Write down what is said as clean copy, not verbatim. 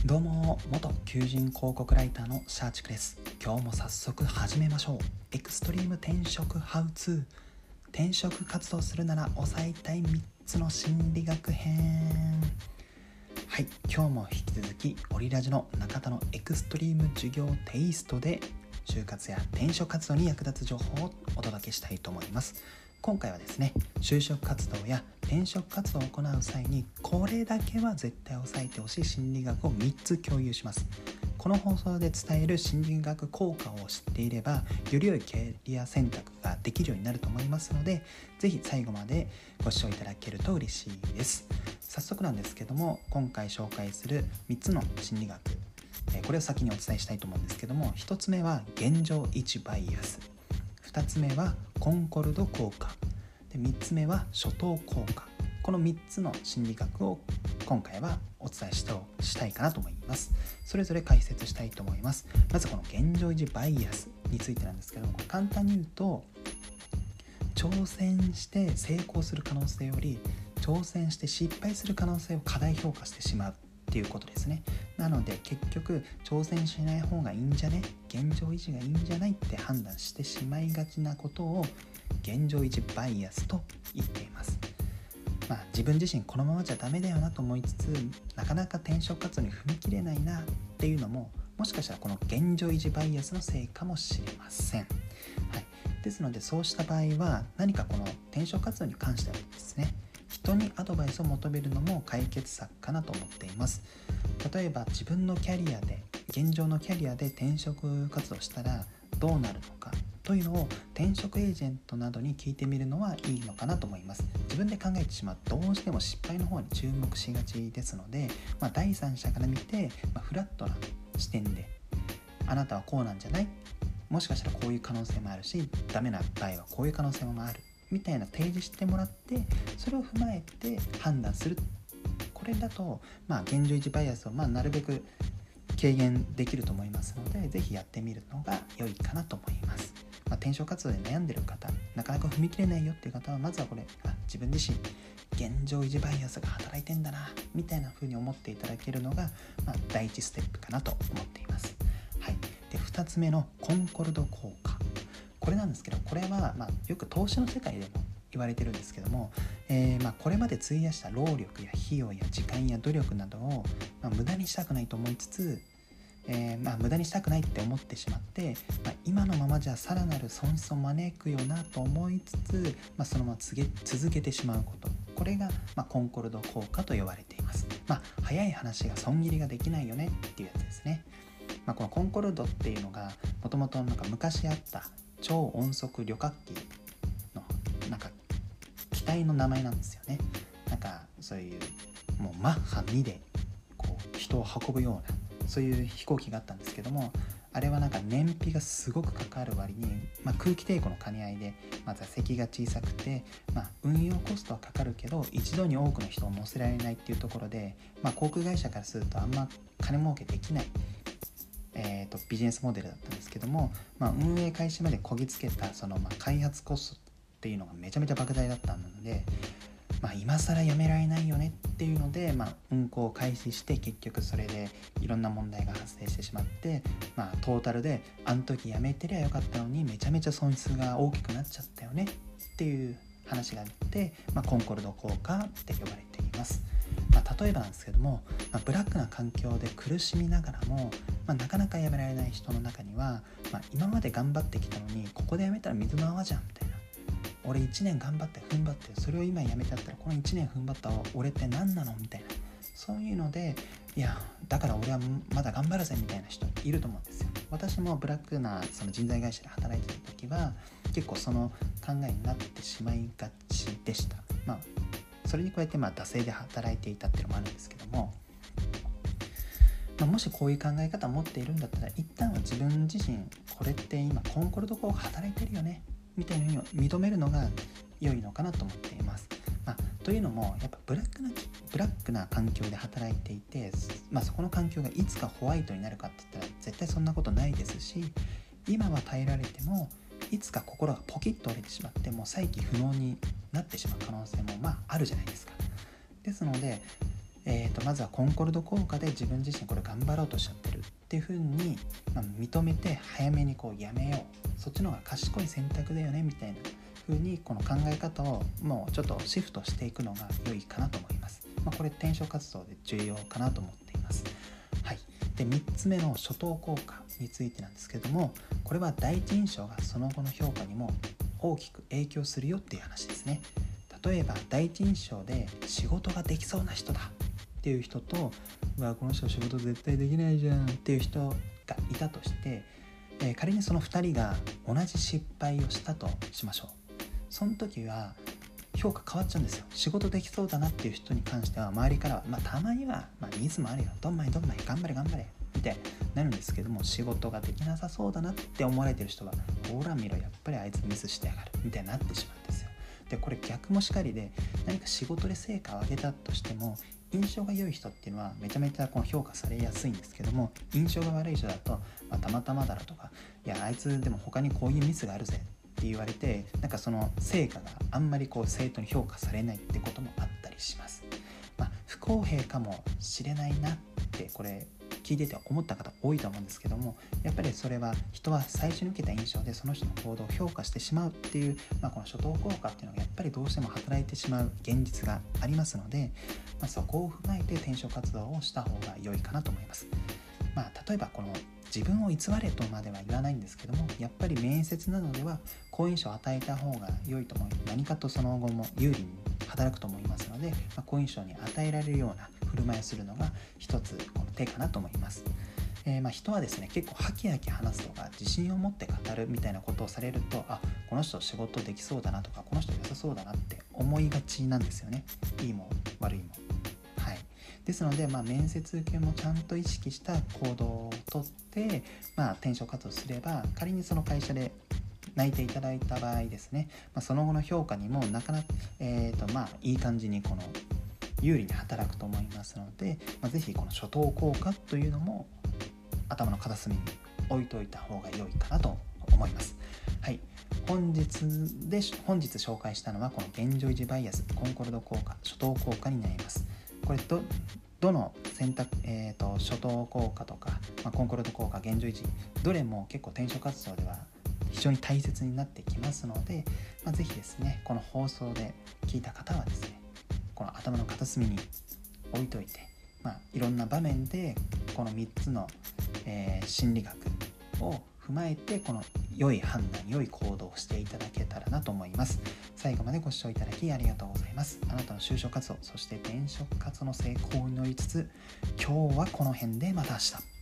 どうも、元求人広告ライターのシャーチクです。今日も早速始めましょう。エクストリーム転職ハウツー。転職活動するなら抑えたい3つの心理学編。はい、今日も引き続きオリラジの中田のエクストリーム授業テイストで就活や転職活動に役立つ情報をお届けしたいと思います。今回はですね、就職活動や転職活動を行う際にこれだけは絶対押さえてほしい心理学を3つ共有します。この放送で伝える心理学効果を知っていればより良いキャリア選択ができるようになると思いますので、ぜひ最後までご視聴いただけると嬉しいです。早速なんですけども、今回紹介する3つの心理学、これを先にお伝えしたいと思うんですけども、1つ目は現状維持バイアス、2つ目はコンコルド効果で、3つ目は初等効果。この3つの心理学を今回はお伝えしたいかなと思います。それぞれ解説したいと思います。まずこの現状維持バイアスについてなんですけども、簡単に言うと、挑戦して成功する可能性より挑戦して失敗する可能性を過大評価してしまうっていうことですね。なので結局挑戦しない方がいいんじゃね、現状維持がいいんじゃないって判断してしまいがちなことを現状維持バイアスと言っています。自分自身このままじゃダメだよなと思いつつ、なかなか転職活動に踏み切れないなっていうのも、もしかしたらこの現状維持バイアスのせいかもしれません。ですのでそうした場合は、何かこの転職活動に関してはですね、人にアドバイスを求めるのも解決策かなと思っています。例えば自分のキャリアで、現状のキャリアで転職活動したらどうなるのかというのを転職エージェントなどに聞いてみるのはいいのかなと思います。自分で考えてしまうとどうしても失敗の方に注目しがちですので、第三者から見て、フラットな視点で、あなたはこうなんじゃない、もしかしたらこういう可能性もあるし、ダメな場合はこういう可能性もあるみたいな提示してもらって、それを踏まえて判断する。これだと現状維持バイアスをなるべく軽減できると思いますので、ぜひやってみるのが良いかなと思います。転職活動で悩んでる方、なかなか踏み切れないよっていう方は、まずはこれ、自分自身現状維持バイアスが働いてんだなみたいな風に思っていただけるのが、第一ステップかなと思っています。で、2つ目のコンコルド効果、これなんですけど、これはよく投資の世界でも言われてるんですけども、これまで費やした労力や費用や時間や努力などを、無駄にしたくないと思いつつ、無駄にしたくないって思ってしまって、今のままじゃさらなる損失を招くよなと思いつつ、そのまま続けてしまうこと、これが、コンコルド効果と呼ばれています。早い話が損切りができないよねっていうやつですね。このコンコルドっていうのがもともと昔あった超音速旅客機の機体の名前なんですよね。そういうもうマッハ2でこう人を運ぶような、そういう飛行機があったんですけども、あれは燃費がすごくかかる割に、空気抵抗の兼ね合いで、座席が小さくて、運用コストはかかるけど一度に多くの人を乗せられないっていうところで、航空会社からするとあんま金儲けできない、ビジネスモデルだったんですけども、運営開始までこぎつけたその開発コストっていうのがめちゃめちゃ莫大だったので、今更やめられないよねっていうので、運行を開始して、結局それでいろんな問題が発生してしまって、トータルであの時やめてりゃよかったのにめちゃめちゃ損失が大きくなっちゃったよねっていう話があって、コンコルド効果って呼ばれています。例えばなんですけども、ブラックな環境で苦しみながらも、なかなかやめられない人の中には、今まで頑張ってきたのにここでやめたら水の泡じゃんみたいな、俺1年頑張って踏ん張ってそれを今やめちゃったらこの1年踏ん張った俺って何なのみたいな、そういうので、いやだから俺はまだ頑張るぜみたいな人いると思うんですよ。私もブラックなその人材会社で働いてた時は結構その考えになってしまいがちでした。それに加えて惰性で働いていたっていうのもあるんですけども、もしこういう考え方を持っているんだったら、一旦は自分自身これって今コンコルド効果働いてるよねみたいな風に認めるのが良いのかなと思っています。というのもやっぱブラックな環境で働いていて、そこの環境がいつかホワイトになるかって言ったら絶対そんなことないですし、今は耐えられてもいつか心がポキッと折れてしまってもう再起不能になってしまう可能性もあるじゃないですか。ですのでまずはコンコルド効果で自分自身これ頑張ろうとしちゃってるっていう風に、認めて早めにやめよう、そっちの方が賢い選択だよねみたいな風にこの考え方をもうちょっとシフトしていくのが良いかなと思います。これ転職活動で重要かなと思っています。はい。で3つ目の初等効果についてなんですけれども、これは第一印象がその後の評価にも大きく影響するよっていう話ですね。例えば第一印象で仕事ができそうな人だっていう人と、この人仕事絶対できないじゃんっていう人がいたとして、仮にその2人が同じ失敗をしたとしましょう。その時は評価変わっちゃうんですよ。仕事できそうだなっていう人に関しては周りからは、たまには、ミスもあるよ、どんまい頑張れみたいになるんですけども、仕事ができなさそうだなって思われてる人は、ほら見ろ、やっぱりあいつミスしてやがるみたいになってしまうんですよ。でこれ逆もしかりで、何か仕事で成果を上げたとしても印象が良い人っていうのはめちゃめちゃ評価されやすいんですけども、印象が悪い人だと、たまたまだろとか、いやあいつでも他にこういうミスがあるぜって言われて、その成果があんまり生徒に評価されないってこともあったりします。不公平かもしれないなってこれ聞いてて思った方多いと思うんですけども、やっぱりそれは人は最初に受けた印象でその人の行動を評価してしまうっていう、この初等効果っていうのがやっぱりどうしても働いてしまう現実がありますので、そこを踏まえて転職活動をした方が良いかなと思います。例えばこの自分を偽れとまでは言わないんですけども、やっぱり面接などでは好印象を与えた方が良いと思い、何かとその後も有利に働くと思いますので、好印象に与えられるような振る舞いをするのが一つこの手かなと思います。人はですね、結構ハキハキ話すとか自信を持って語るみたいなことをされると、この人仕事できそうだなとか、この人良さそうだなって思いがちなんですよね。いいも悪いも。はい。ですので、面接受けもちゃんと意識した行動をとって、転職活動すれば、仮にその会社で内定いただいた場合ですね、その後の評価にもなかなか、いい感じに有利に働くと思いますので、ぜひこの初等効果というのも頭の片隅に置いといた方が良いかなと思います。はい。本日紹介したのはこの現状維持バイアス、コンコルド効果、初等効果になります。これどの選択、初等効果とか、コンコルド効果、現状維持、どれも結構転職活動では非常に大切になってきますので、ぜひですね、この放送で聞いた方はですね、この頭の片隅に置いといて、いろんな場面でこの3つの、心理学を踏まえて、この良い判断、良い行動をしていただけたらなと思います。最後までご視聴いただきありがとうございます。あなたの就職活動、そして転職活動の成功を祈りつつ、今日はこの辺でまた明日。